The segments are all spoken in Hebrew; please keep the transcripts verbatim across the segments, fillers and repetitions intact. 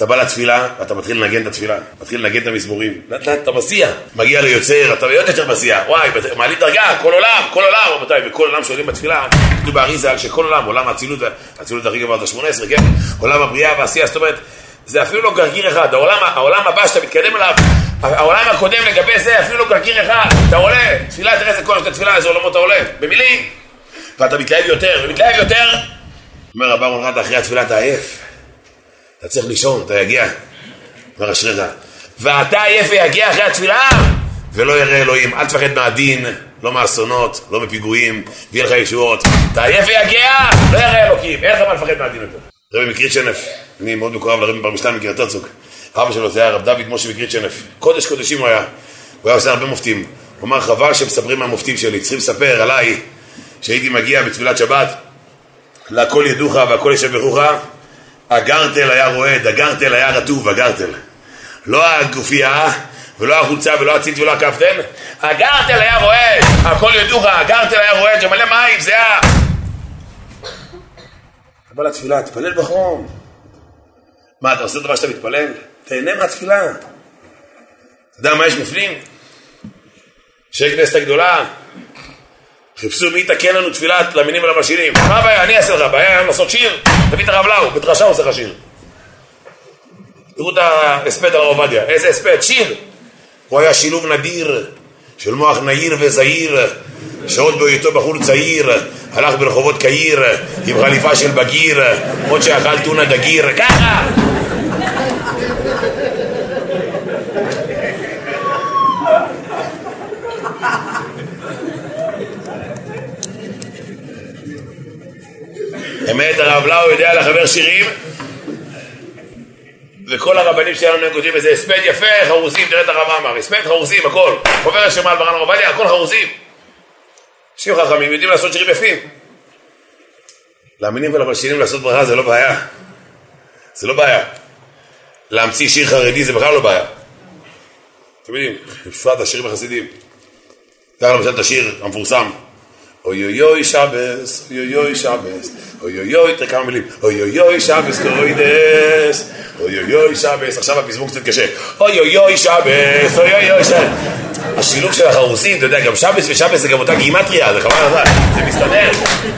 אתה בא לתפילה, ואתה מתחיל לנגן את התפילה, מתחיל לנגן את המזמורים, לאט לאט אתה מסיע, מגיע ליוצר, אתה יותר יותר מסיע, וואי, מעלים דרגה, כל עולם, כל עולם, רבותיי, וכל עולם שואלים בתפילה, כתוב באריזה על שכל עולם, עולם האצילות, האצילות הכי גבוה זה שמונה עשרה, כן? עולם הבריאה והעשייה, זאת אומרת, זה אפילו לא גרגיר אחד, העולם, העולם הבא שאתה מתקדם אליו, העולם הקודם לגבי זה, אפילו לא גרגיר אחד, אתה עולה, תפילה, תראה איזה כל שאתה תפילה, איזה עולמות אתה עולה, במילים, ואתה מתלהב יותר, ומתלהב יותר, אומר רב אהרון רטה, אחרי התפילה אתה עייף, אתה צריך לישון, אתה יגיע, אומר אשריך, ואתה עייף ויגיע אחרי התפילה, ולא יראה אלוהים, אל תפחד מהדין, לא מאסונות, לא מפיגועים, ויהיה לך ישועות, אתה עייף ויגיע, לא יראה אלוקים, אין לך מה לפחד מהדין יותר. רבי מקריצ'נף, אני מאוד מקורב לרבי ברמשטיין מקריית הרצוג, אבא שלו זה היה רב דוד משה מקריצ'נף, קודש קודשים הוא היה, הוא היה עושה הרבה מופתים, הוא אמר חבל שמספרים מהמופתים שלי, צריכים לספר עליי, שהייתי מגיע בתפילת שבת, לכל ידוך והכל ישבחוך, הגרטל היה רועד, הגרטל היה רטוב, הגרטל. לא הגופייה, ולא החולצה, ולא הציץ, ולא הכפתן. הגרטל היה רועד, הכל ידוך, הגרטל היה רועד, שמלא מים, זה היה... אתה בא לתפילה, תפלל בחום. מה, אתה עושה דבר שאתה מתפלל? תהנה מהתפילה. אתה יודע מה יש בפנים? שהיא כנסת הגדולה. חיפשו מי יתקן לנו תפילת למינים ולמשילים. מה הבעיה? אני אעשה לך, בעיה לעשות שיר, תביא את הרב לאו, בדרשה הוא עושה לך שיר. תראו את ההספד הרב עובדיה, איזה הספד? שיר. הוא היה שילוב נדיר של מוח נעיר וזעיר, שעוד בהיותו בחור צעיר, הלך ברחובות קהיר, עם חליפה של בגיר, עוד שאכל טונה דגיר, ככה! אמת, הרב לאו יודע לחבר שירים, וכל הרבנים שלנו כותבים איזה הספד יפה, חרוזים, תראה את הרב אמר, הספד חרוזים, הכל, חובר השמל ברן הרב עובדיה, הכל חרוזים. שירים חכמים, יודעים לעשות שירים יפים. להאמינים ולמלשינים לעשות ברכה זה לא בעיה. זה לא בעיה. להמציא שיר חרדי זה בכלל לא בעיה. אתם יודעים, בפרט השירים החסידים. תראה למשל את השיר המפורסם. אוי אוי אוי שבס, אוי אוי אוי שבס, אוי אוי אוי, תראה כמה מילים, אוי אוי אוי שבס קרוידס, אוי אוי אוי שבס, עכשיו הפזמון קצת קשה, אוי אוי אוי שבס, אוי אוי אוי שבס. השילוב של החרוסים, אתה יודע, גם שבס ושבס זה גם אותה גימטריה, זה חבל לדעת, זה מסתדר.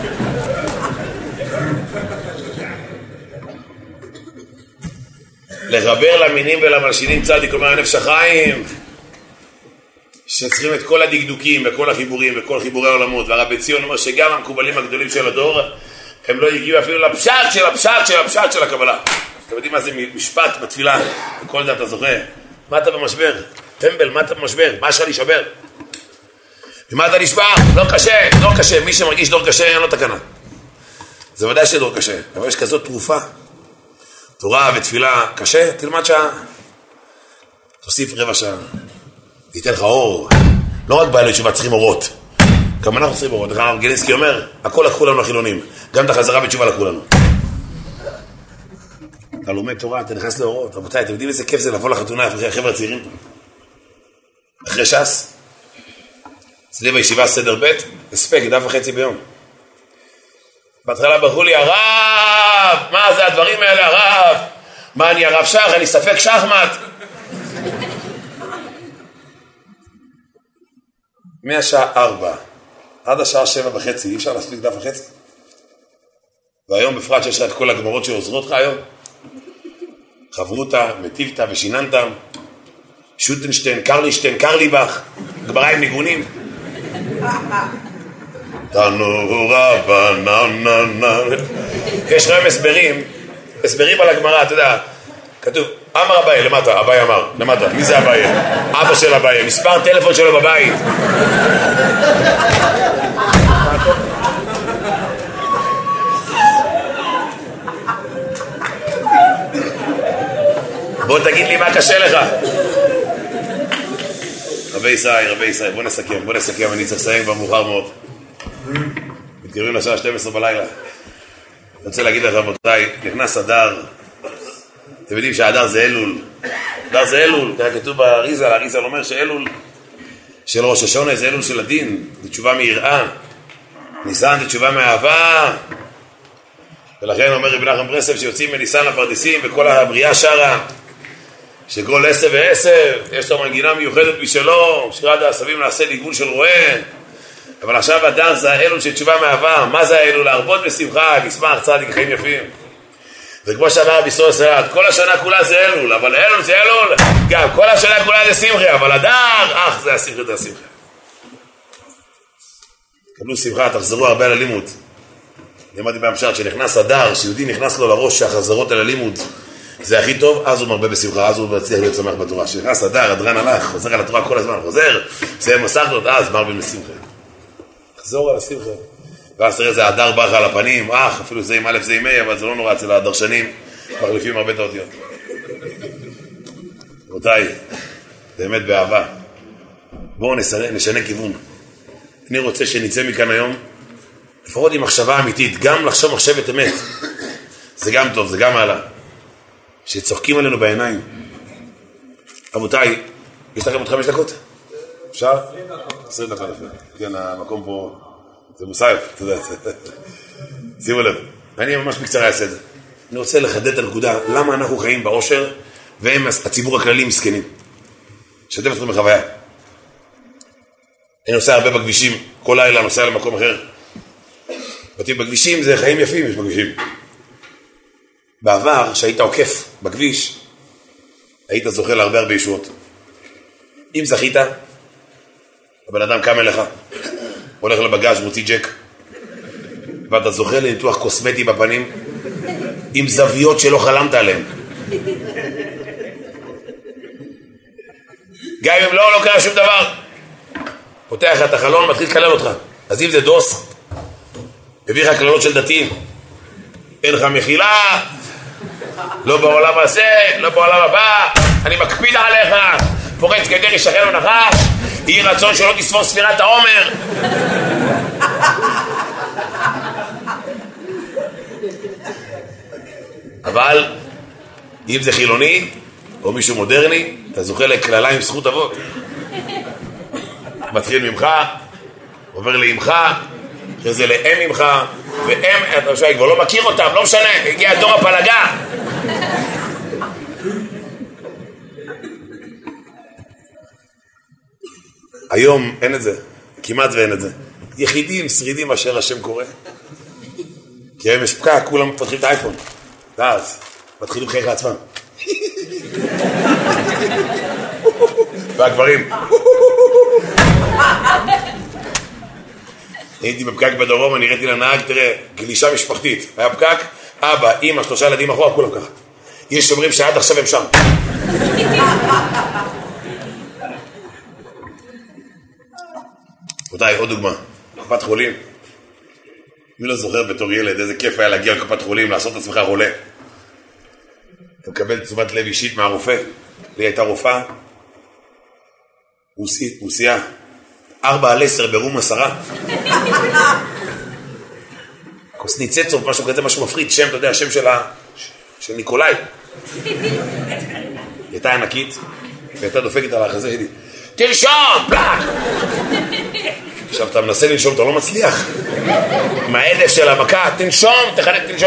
לחבר למינים ולמלשינים צדיק, כלומר הנפש החיים, שצריכים את כל הדקדוקים וכל החיבורים וכל חיבורי העולמות, והרבי ציון אומר שגם המקובלים הגדולים של הדור הם לא הגיעו אפילו לפשט של הפשט של הפשט של הקבלה. אתם יודעים מה זה משפט בתפילה וכל זה אתה זוכר? מה אתה במשבר? טמבל, מה אתה במשבר? מה אפשר להישבר? ומה אתה נשבר? לא קשה, דור קשה, מי שמרגיש דור קשה אין לו תקנה. זה ודאי שדור קשה, אבל יש כזאת תרופה, תורה ותפילה קשה, תלמד שעה, תוסיף רבע שעה, ייתן לך אור. לא רק בעלי תשובה צריכים אורות, גם אנחנו צריכים אורות. הרב גלינסקי אומר, הכל לקחו לנו החילונים, גם את החזרה בתשובה לקחו לנו. אתה לומד תורה, אתה נכנס לאורות. רבותיי, אתם יודעים איזה כיף זה לבוא לחתונה אחרי החבר'ה הצעירים? אחרי ש"ס, אצלי בישיבה סדר ב', הספק, דף וחצי ביום. בהתחלה ברחו לי, הרב, מה זה הדברים האלה, הרב? מה, אני הרב שח, אני ספק שחמט. מהשעה ארבע עד השעה שבע וחצי, אי אפשר להספיק דף וחצי? והיום בפרט שיש לך את כל הגמרות שעוזרות לך היום, חברותה, מטיבתה ושיננתם, שוטנשטיין, קרלישטיין, קרליבך, גמרא עם ניגונים. תנו רבא נה נה נה. יש להם הסברים, הסברים על הגמרא, אתה יודע, כתוב, אמר אביי, למטה, אביי אמר, למטה, מי זה אביי? אבא של אביי, מספר טלפון שלו בבית. בוא תגיד לי מה קשה לך. רבי ישראל, רבי ישראל, בוא נסכם, בוא נסכם, אני צריך לסיים כבר מאוחר מאוד. מתקרבים לשעה שתים עשרה בלילה. אני רוצה להגיד לך, רבותיי, נכנס אדר. אתם יודעים שהאדר זה אלול. אדר זה אלול, זה כתוב באריזה, האריזה אומר שאלול של ראש השונה זה אלול של הדין, זה תשובה מיראה. ניסן זה תשובה מאהבה. ולכן אומר רבי נחמן ברסלב שיוצאים מניסן הפרדסים וכל הבריאה שרה שכל עשב ועשב יש לו מנגינה מיוחדת בשלו, שירת העשבים נעשה לגבול של רועה. אבל עכשיו הדר זה האלול של תשובה מעבר. מה זה האלול? להרבות בשמחה, לשמח, צדיק, חיים יפים. וכמו שאמר רבי ישראל סלט, כל השנה כולה זה אלול, אבל אלול זה אלול, גם כל השנה כולה זה שמחה, אבל הדר, אך זה השמחה, זה השמחה. קבלו שמחה, תחזרו הרבה על הלימוד. לימדתי בהמשך, שנכנס הדר, שיהודי נכנס לו לראש שהחזרות על הלימוד זה הכי טוב, אז הוא מרבה בשמחה, אז הוא מצליח להיות שמח בתורה. שנכנס הדר, הדרן הלך, חוזר על התורה כל הזמן, חוזר, זה מסכתות, אז מרבה בשמחה. תחזור על השמחה. ואז תראה, זה הדר ברכה על הפנים, אך, אפילו זה עם א' זה עם א', אבל זה לא נורא אצל הדרשנים, מחליפים הרבה את האותיות. רבותיי, באמת באהבה, בואו נשנה, נשנה כיוון. אני רוצה שנצא מכאן היום, לפחות עם מחשבה אמיתית, גם לחשוב מחשבת אמת. זה גם טוב, זה גם מעלה. שצוחקים עלינו בעיניים. רבותיי, יש לכם עוד חמש דקות? אפשר? עשרים דקות. כן, המקום פה, זה מוסייף, אתה יודע. שימו לב, אני ממש בקצרה אעשה את זה. אני רוצה לחדד את הנקודה, למה אנחנו חיים באושר, והם הציבור הכללי מסכנים. שתף אתכם בחוויה. אני נוסע הרבה בכבישים, כל לילה נוסע למקום אחר. בתים בכבישים זה חיים יפים, יש בכבישים. בעבר, שהיית עוקף בכביש, היית זוכה להרבה הרבה ישועות. אם זכית, הבן אדם קם אליך, הולך לבגז' מוציא ג'ק, ואתה זוכה לניתוח קוסמטי בפנים, עם זוויות שלא חלמת עליהן. גם אם לא, לא קרה שום דבר. פותח את החלון, מתחיל לקלל אותך. אז אם זה דוס, מביא לך קללות של דתיים. אין לך מחילה, לא בעולם הזה, לא בעולם הבא, אני מקפיד עליך, פורץ גדר ישחרר ונחש, יהי רצון שלא תספור ספירת העומר. אבל אם זה חילוני או מישהו מודרני, אתה זוכה לכללה עם זכות אבות. מתחיל ממך, עובר לאמך, אחרי זה לאם ממך, ואם, אתה שואל, כבר לא מכיר אותם, לא משנה, הגיע דור הפלגה. היום אין את זה, כמעט ואין את זה. יחידים, שרידים אשר השם קורא. כי היום יש פקע, כולם מפתחים את האייפון. ואז, מתחילים חייך לעצמם. והגברים. הייתי בפקק בדרום, אני ראיתי לנהג, תראה, גלישה משפחתית. היה פקק, אבא, אמא, שלושה ילדים אחורה, כולם ככה. יש שאומרים שעד עכשיו הם שם. רבותיי, עוד דוגמה. קופת חולים. מי לא זוכר בתור ילד, איזה כיף היה להגיע לקופת חולים, לעשות את עצמך חולה. אתה מקבל תשומת לב אישית מהרופא. לי הייתה רופאה. רוסיה. ארבע על עשר ברום עשרה. קוסניצצוב, משהו כזה, משהו מפריד, שם, אתה יודע, השם שלה, של ניקולאי. היא הייתה ענקית, והייתה דופקת על החזה שלי. תנשום! פלאק! עכשיו, אתה מנסה לנשום, אתה לא מצליח. עם העדף של המכה, תנשום, תחלק, תנשום.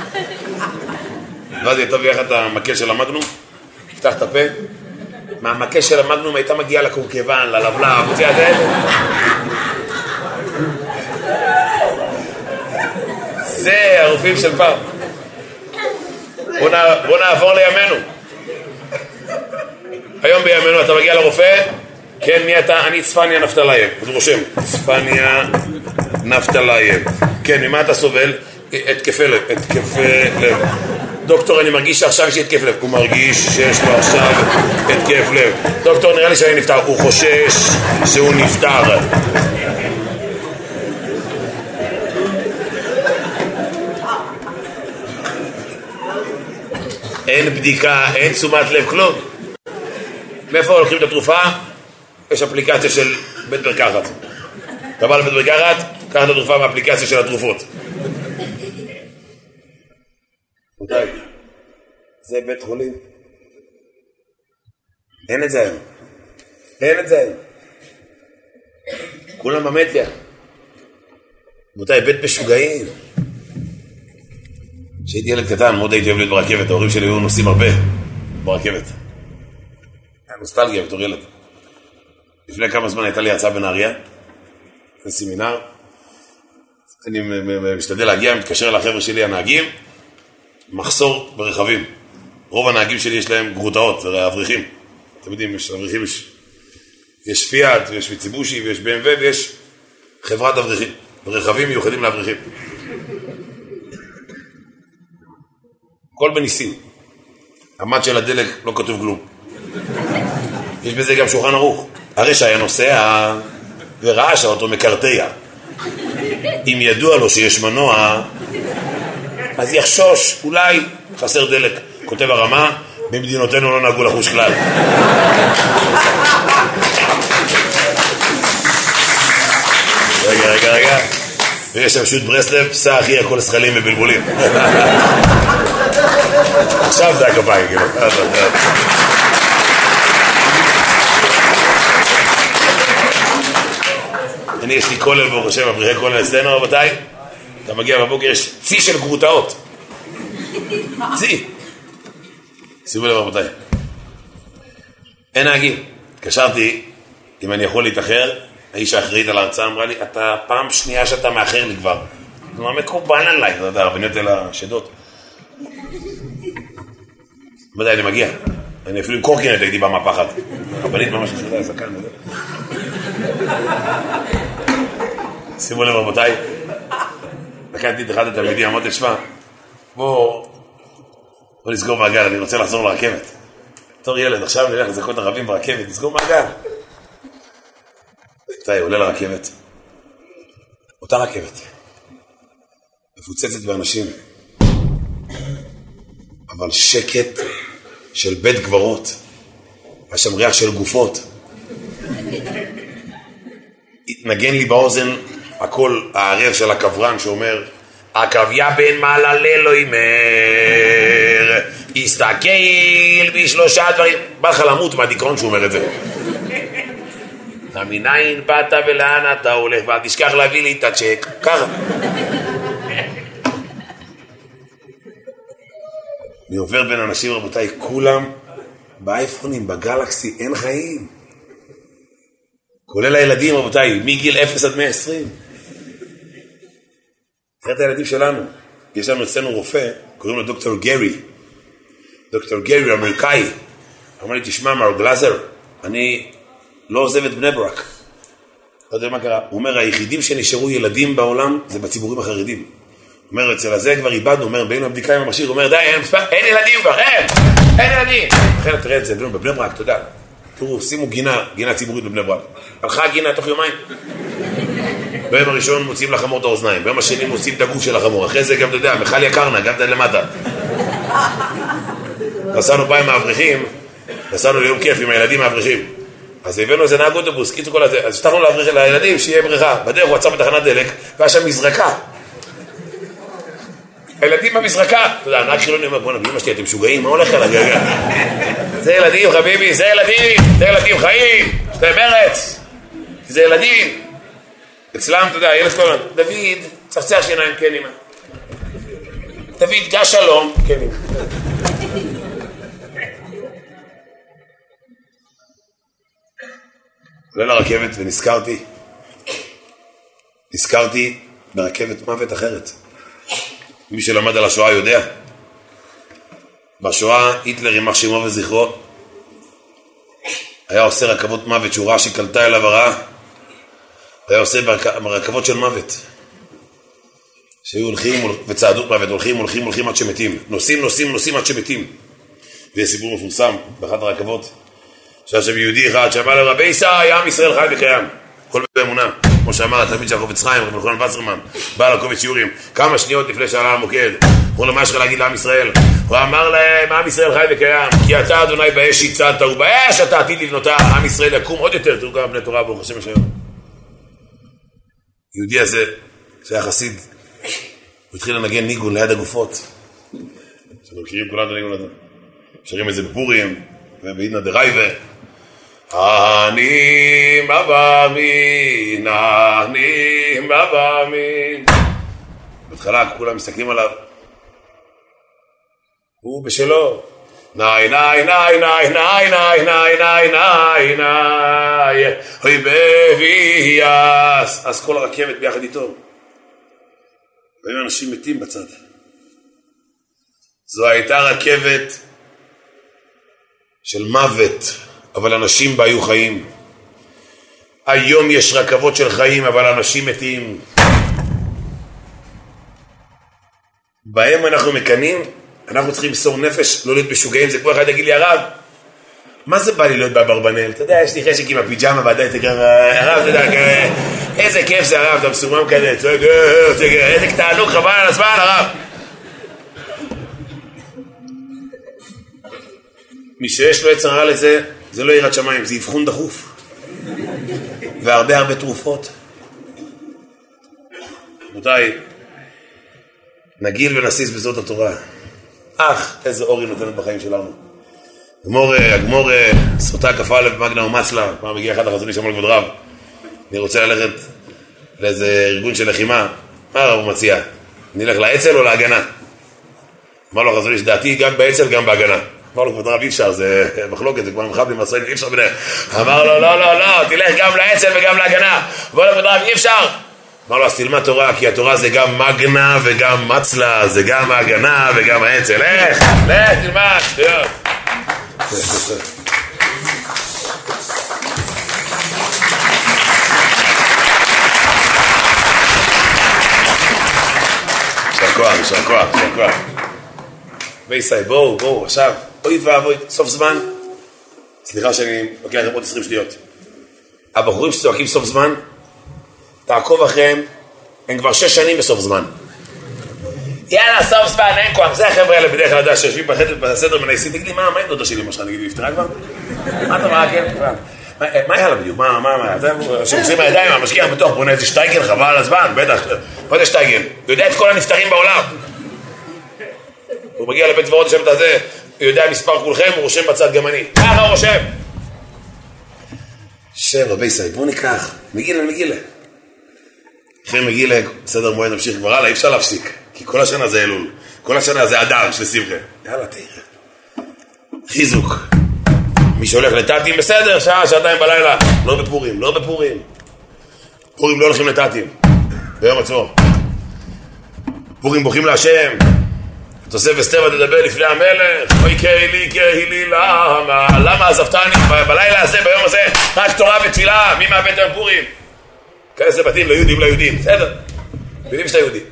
ואז היא תביא לך את המקל של המגנום, תפתח את הפה. מהמקל של המגנום הייתה מגיעה לקורקבן, ללבלב, מוציא את זה. זה הרופאים של פעם. בוא, נע, בוא נעבור לימינו. היום בימינו אתה מגיע לרופא, כן, מי אתה? אני צפניה נפתלייב. אז הוא רושם, צפניה נפתלייב. כן, ממה אתה סובל? התקפי לב, התקפי לב. דוקטור, אני מרגיש שעכשיו יש לי התקף לב. הוא מרגיש שיש לו עכשיו התקף לב. דוקטור, נראה לי שאני נפטר. הוא חושש שהוא נפטר. אין בדיקה, אין תשומת לב, כלום. מאיפה לוקחים את התרופה? יש אפליקציה של בית מרקחת. אתה בא לבית מרקחת, קח את התרופה מהאפליקציה של התרופות. רבותיי, זה בית חולים. אין את זה היום. אין את זה היום. כולם במדיה. רבותיי, בית משוגעים. כשהייתי ילד קטן, מאוד הייתי אוהב להיות ברכבת, ההורים שלי היו נוסעים הרבה ברכבת. היה נוסטלגיה בתור ילד. לפני כמה זמן הייתה לי הרצאה בנהריה, זה סמינר, אני משתדל להגיע, מתקשר לחבר'ה שלי, הנהגים, מחסור ברכבים. רוב הנהגים שלי יש להם גרוטאות, זה אברכים. אתם יודעים, יש אברכים, יש, יש פיאט, ויש מיצובישי, ויש בי אם דאבליו, ויש חברת אברכים, רכבים מיוחדים לאברכים. כל בניסים. המד של הדלק לא כתוב כלום. יש בזה גם שולחן ערוך. הרי שהיה נוסע וראה שהאוטו מקרטע. אם ידוע לו שיש מנוע, אז יחשוש, אולי חסר דלק. כותב הרמה, במדינותינו לא נהגו לחוש כלל. רגע, רגע, רגע. ויש שם שוט ברסלב, סע אחי הכל שכלים ובלבולים. עכשיו זה הכפיים, כאילו. אני יש לי כולל ברוך השם, אבריחי כולל אצלנו רבותיי. אתה מגיע בבוקר, יש צי של גרוטאות. צי. שימו לב רבותיי. אין נהגים. התקשרתי, אם אני יכול להתאחר, האיש האחראית על ההרצאה אמרה לי, אתה פעם שנייה שאתה מאחר לי כבר. זה מה מקובל עליי, אתה יודע, הרבניות אל השדות. מדי, אני מגיע. אני אפילו עם קורקינט הייתי בא מהפחד. הרבנית ממש חשודה, זקן. שימו לב רבותיי. לקחתי את אחד התלמידים, אמרתי, תשמע, בוא, בוא נסגור מעגל, אני רוצה לחזור לרכבת. בתור ילד, עכשיו נלך לזכות ערבים ברכבת, נסגור מעגל. אתה עולה לרכבת. אותה רכבת. מפוצצת באנשים. אבל שקט של בית גברות. היה שם ריח של גופות. התנגן לי באוזן הקול הערב של הקברן שאומר הקוויה בין מעלה לא יימר הסתכל בשלושה דברים. בא לך למות מהדיכאון שהוא אומר את זה. מניין באת ולאן אתה הולך ואל תשכח להביא לי את הצ'ק. ככה. אני עובר בין אנשים רבותיי, כולם באייפונים, בגלקסי, אין חיים. כולל הילדים רבותיי, מגיל אפס עד מאה ועשרים. תראה את הילדים שלנו. יש לנו אצלנו רופא, קוראים לו דוקטור גרי. דוקטור גרי, אמריקאי. אמר לי, תשמע מר גלזר, אני לא עוזב את בני ברק. לא יודע מה קרה. הוא אומר, היחידים שנשארו ילדים בעולם זה בציבורים החרדים. הוא אומר, אצל הזה כבר איבדנו, הוא אומר, באינו הבדיקה עם המכשיר, הוא אומר, די, אין, אין ילדים כבר, אין, אין ילדים. אחרי תראה את זה, בבני ברק, אתה יודע. תראו, שימו גינה, גינה ציבורית בבני ברק. הלכה גינה תוך יומיים. ביום הראשון מוצאים לחמור את האוזניים, ביום השני מוצאים את הגוף של החמור, אחרי זה גם, אתה יודע, מחל יקרנה, גם את למטה. נסענו פעם מהאברכים, נסענו ליום כיף עם הילדים מהאברכים. אז הבאנו איזה נהג אוטובוס, קיצו כל הזה, אז שתחנו להבריך לילדים שיהיה בריכה. בדרך הוא עצר בתחנת דלק, והיה שם מזרקה. הילדים במזרקה. אתה יודע, הנהג חילוני אומר, בוא'נה, באמא שלי, אתם משוגעים, מה הולך עליו? זה ילדים, חביבי, זה ילדים, זה ילדים חיים, זה מרץ, זה ילדים. אצלם, אתה יודע, ילד כל הזמן, דוד, צחצח שיניים, כן אמא. דוד, גש שלום, כן אמא. עולה לרכבת ונזכרתי, נזכרתי ברכבת מוות אחרת. מי שלמד על השואה יודע. בשואה היטלר יימח שמו וזכרו היה עושה רכבות מוות שהוא ראה שקלטה אליו הרעה, היה עושה ברכבות של מוות שהיו הולכים וצעדות מוות, הולכים הולכים הולכים עד שמתים, נוסעים נוסעים נוסעים עד שמתים. ויש סיפור מפורסם באחת הרכבות שהיה שם יהודי אחד שאמר לרבי ישראל, עם ישראל חי וקיים, כל באמונה, כמו שאמר התלמיד של החפץ חיים, רבי נחמן וסרמן, בעל הקובץ שיעורים, כמה שניות לפני שעלה למוקד, אמרו לו, מה יש לך להגיד לעם ישראל? הוא אמר להם, עם ישראל חי וקיים, כי אתה אדוני באש הצעת, ובאש אתה עתיד לבנותה, עם ישראל יקום עוד יותר, תראו כמה בני תורה ברוך השם השם. יהודי הזה, שהיה חסיד, הוא התחיל לנגן ניגון ליד הגופות. שאנחנו מכירים כולנו את הניגון הזה. שרים את זה בפורים, ובעידנא דרייבא. אני מבאמין, אני מבאמין. בהתחלה כולם מסתכלים עליו, הוא בשלו. נאי נאי נאי נאי נאי נאי נאי נאי נאי נאי אוי בביאס. אז כל הרכבת ביחד איתו. והיו אנשים מתים בצד. זו הייתה רכבת של מוות, אבל אנשים בה היו חיים. היום יש רכבות של חיים, אבל אנשים מתים. בהם אנחנו מקנים, אנחנו צריכים מסור נפש, לא להיות משוגעים. זה כמו אחד יגיד לי, הרב, מה זה בא לי להיות באברבנל? אתה יודע, יש לי חשק עם הפיג'מה, ועדיין תגיד, הרב, אתה יודע, איזה כיף זה הרב, אתה מסומם כזה, איזה תענוג, חבל על הזמן, הרב. מי שיש לו יצר הרע לזה, זה לא יראת שמיים, זה אבחון דחוף. והרבה הרבה תרופות. רבותיי, נגיל ונסיס בזאת התורה. אך, איזה אור היא נותנת בחיים שלנו. הגמור, הגמור, סוטה כפה במגנה ומצלה, פעם מגיע אחד החזוני שמול כבוד רב. אני רוצה ללכת לאיזה ארגון של לחימה. מה הרב הוא מציע? נלך לאצל או להגנה? אמר לו החזוני שדעתי גם באצל גם בהגנה. אמר לו כבוד רב אי אפשר, זה מחלוקת, זה כבר מחבלים מסוים, אי אפשר ביניהם. אמר לו לא לא לא, תלך גם לאצל וגם להגנה. אמר לו כבוד רב אי אפשר. אמר לו אז תלמד תורה, כי התורה זה גם מגנה וגם מצלה, זה גם ההגנה וגם האצל. לך, לך תלמד, שטויות. יישר כוח, יישר כוח, יישר כוח. ויסאי, בואו, בואו, עכשיו, אוי ואבוי, סוף זמן. סליחה שאני לוקח לכם עוד עשרים שניות. הבחורים שצועקים סוף זמן, תעקוב אחריהם, הם כבר שש שנים בסוף זמן. יאללה, סוף זמן, אין כוח. זה החבר'ה האלה בדרך כלל לדעת שיושבים בסדר מנייסים. תגיד לי, מה, מה עם דודה שלי, מה שלך? נגיד לי, נפטרה כבר? מה אתה מה, כן? מה היה לה בדיוק? מה, מה, מה? שעושים הידיים, המשגיח בתוך בונה איזה שטייגן, חבל על הזמן, בטח. מה זה שטייגן? הוא יודע את כל הנפטרים בעולם. הוא מגיע לבית זוורות, ישב את הזה, הוא יודע מספר כולכם, הוא רושם בצד גם אני. ככה הוא רושם. שב, רבי סי, בואו ניקח. מגילה, מגילה. אחרי מגילה, בסדר מועד נמשיך כבר הלאה, אי אפשר להפסיק. כי כל השנה זה אלול. כל השנה זה אדר של שמחה. יאללה, תראה. חיזוק. מי שהולך לטאטים, בסדר, שעה, שעתיים בלילה. לא בפורים, לא בפורים. פורים לא הולכים לטאטים. ביום עצמו. פורים בוכים להשם. תוסף אסתר ותדבר לפני המלך. אוי קהי לי, קהי לי, למה? למה עזבתני בלילה הזה, ביום הזה? רק תורה ותפילה, מי מאבד היום פורים? כנס לבתים, ליהודים, ליהודים. בסדר. יודעים שאתה יהודי.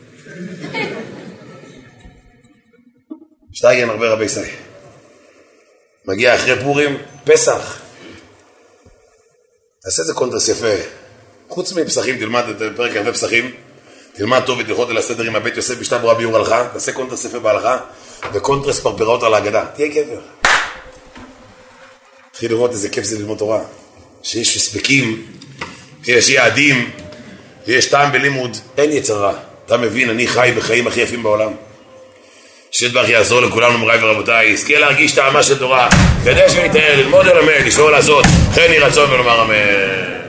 שטייגן הרבה רבי סי. מגיע אחרי פורים, פסח. תעשה איזה קונטרס יפה. חוץ מפסחים, תלמד את פרק הרבה פסחים. תלמד טוב ותלכות אל הסדר עם הבית יוסף בשתה ברורה ביור הלכה. תעשה קונטרס יפה בהלכה. וקונטרס פרפראות על ההגדה. תהיה גבר. תתחיל לראות איזה כיף זה ללמוד תורה. שיש ספקים, יש יעדים, ויש טעם בלימוד. אין יצר רע. אתה מבין, אני חי בחיים הכי יפים בעולם. שדבח יעזור לכולנו מוריי ורבותיי, יזכה להרגיש טעמה של תורה, כדי שניתן ללמוד ולמד, לשאול לעשות, כן יהי רצון ולומר אמן.